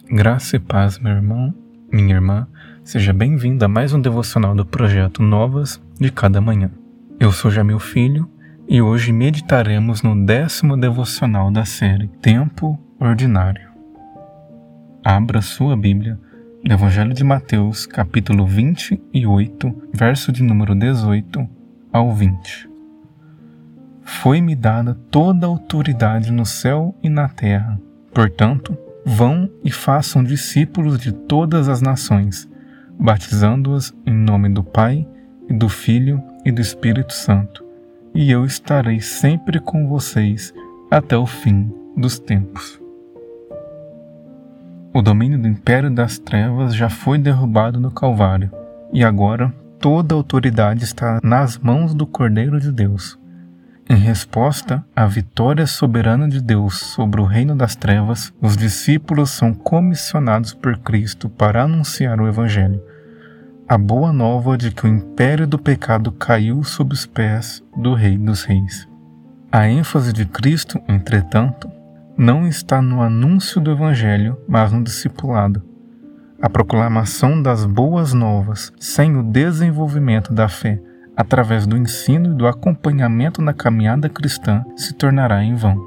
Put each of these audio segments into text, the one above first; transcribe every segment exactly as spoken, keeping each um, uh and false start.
Graça e paz, meu irmão, minha irmã, seja bem-vindo a mais um devocional do projeto Novas de Cada Manhã. Eu sou Jamil Filho e hoje meditaremos no décimo devocional da série Tempo Ordinário. Abra sua Bíblia no Evangelho de Mateus, capítulo vinte e oito, verso de número dezoito ao vinte. Foi-me dada toda a autoridade no céu e na terra. Portanto, vão e façam discípulos de todas as nações, batizando-as em nome do Pai, e do Filho e do Espírito Santo, e eu estarei sempre com vocês até o fim dos tempos. O domínio do império das trevas já foi derrubado no Calvário, e agora toda a autoridade está nas mãos do Cordeiro de Deus. Em resposta à vitória soberana de Deus sobre o reino das trevas, os discípulos são comissionados por Cristo para anunciar o Evangelho, a boa nova de que o império do pecado caiu sob os pés do Rei dos Reis. A ênfase de Cristo, entretanto, não está no anúncio do Evangelho, mas no discipulado. A proclamação das boas novas, sem o desenvolvimento da fé, através do ensino e do acompanhamento na caminhada cristã, se tornará em vão.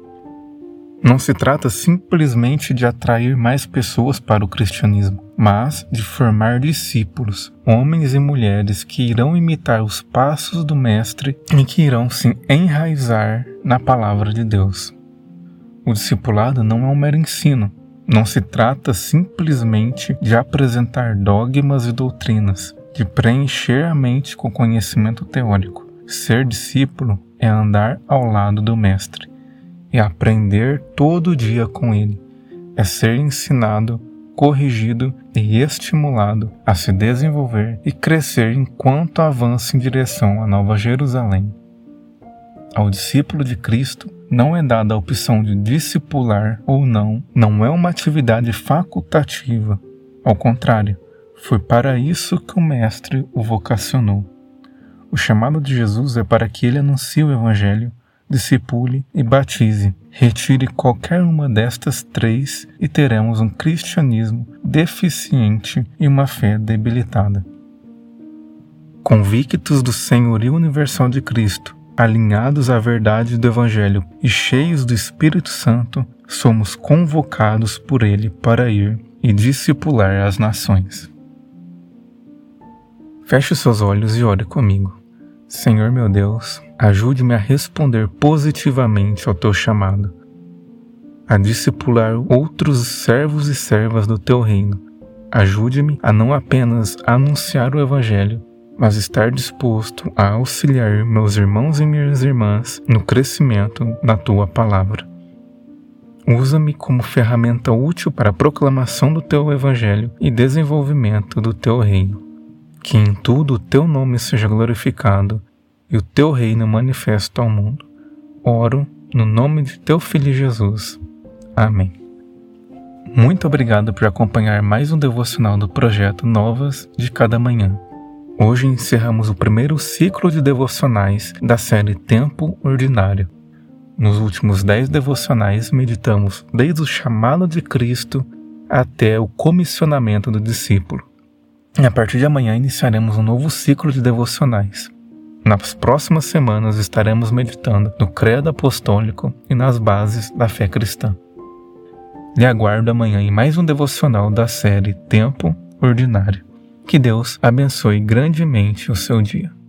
Não se trata simplesmente de atrair mais pessoas para o cristianismo, mas de formar discípulos, homens e mulheres que irão imitar os passos do Mestre e que irão se enraizar na palavra de Deus. O discipulado não é um mero ensino. Não se trata simplesmente de apresentar dogmas e doutrinas, de preencher a mente com conhecimento teórico. Ser discípulo é andar ao lado do Mestre, é aprender todo dia com ele, é ser ensinado, corrigido e estimulado a se desenvolver e crescer enquanto avança em direção à Nova Jerusalém. Ao discípulo de Cristo não é dada a opção de discipular ou não, não é uma atividade facultativa. Ao contrário, foi para isso que o Mestre o vocacionou. O chamado de Jesus é para que ele anuncie o Evangelho, discipule e batize. Retire qualquer uma destas três e teremos um cristianismo deficiente e uma fé debilitada. Convictos do senhorio universal de Cristo, alinhados à verdade do Evangelho e cheios do Espírito Santo, somos convocados por ele para ir e discipular as nações. Feche seus olhos e ore comigo. Senhor meu Deus, ajude-me a responder positivamente ao teu chamado, a discipular outros servos e servas do teu reino. Ajude-me a não apenas anunciar o Evangelho, mas estar disposto a auxiliar meus irmãos e minhas irmãs no crescimento na tua palavra. Usa-me como ferramenta útil para a proclamação do teu Evangelho e desenvolvimento do teu reino. Que em tudo o teu nome seja glorificado e o teu reino manifesto ao mundo. Oro no nome de teu Filho Jesus. Amém. Muito obrigado por acompanhar mais um devocional do projeto Novas de Cada Manhã. Hoje encerramos o primeiro ciclo de devocionais da série Tempo Ordinário. Nos últimos dez devocionais meditamos desde o chamado de Cristo até o comissionamento do discípulo. E a partir de amanhã iniciaremos um novo ciclo de devocionais. Nas próximas semanas estaremos meditando no credo apostólico e nas bases da fé cristã. Lhe aguardo amanhã em mais um devocional da série Tempo Ordinário. Que Deus abençoe grandemente o seu dia.